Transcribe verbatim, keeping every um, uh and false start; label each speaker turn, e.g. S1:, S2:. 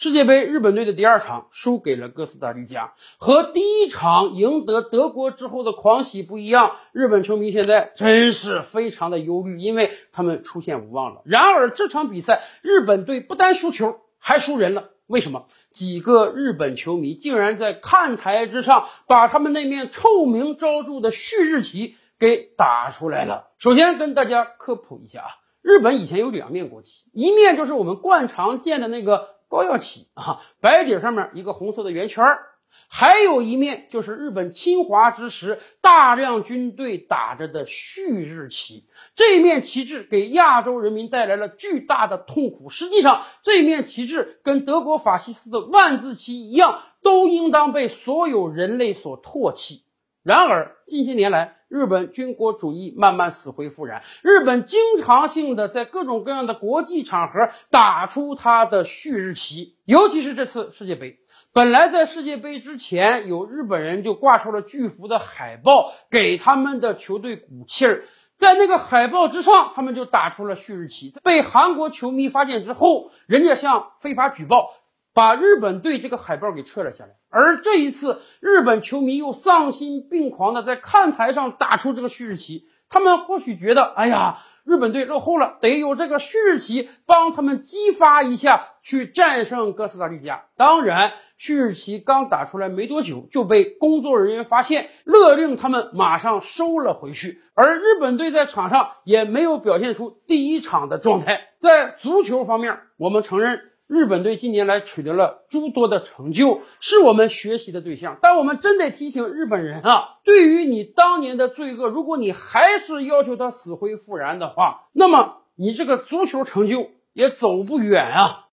S1: 世界杯日本队的第二场输给了哥斯达黎加，和第一场赢得德国之后的狂喜不一样，日本球迷现在真是非常的忧虑，因为他们出现无望了。然而这场比赛日本队不单输球，还输人了。为什么？几个日本球迷竟然在看台之上把他们那面臭名昭著的旭日旗给打出来了。首先跟大家科普一下啊，日本以前有两面国旗，一面就是我们惯常见的那个高耀旗啊，白底上面一个红色的圆圈，还有一面就是日本侵华之时大量军队打着的旭日旗。这面旗帜给亚洲人民带来了巨大的痛苦，实际上这面旗帜跟德国法西斯的万字旗一样，都应当被所有人类所唾弃。然而近些年来，日本军国主义慢慢死灰复燃，日本经常性的在各种各样的国际场合打出它的旭日旗，尤其是这次世界杯。本来在世界杯之前，有日本人就挂出了巨幅的海报，给他们的球队鼓气儿。在那个海报之上，他们就打出了旭日旗。被韩国球迷发现之后，人家向非法举报，把日本队这个海报给撤了下来。而这一次，日本球迷又丧心病狂的在看台上打出这个旭日旗。他们或许觉得，哎呀，日本队落后了，得有这个旭日旗帮他们激发一下，去战胜哥斯达黎加。当然，旭日旗刚打出来没多久，就被工作人员发现，勒令他们马上收了回去。而日本队在场上也没有表现出第一场的状态。在足球方面，我们承认日本队近年来取得了诸多的成就，是我们学习的对象。但我们真得提醒日本人啊，对于你当年的罪恶，如果你还是要求他死灰复燃的话，那么你这个足球成就也走不远啊。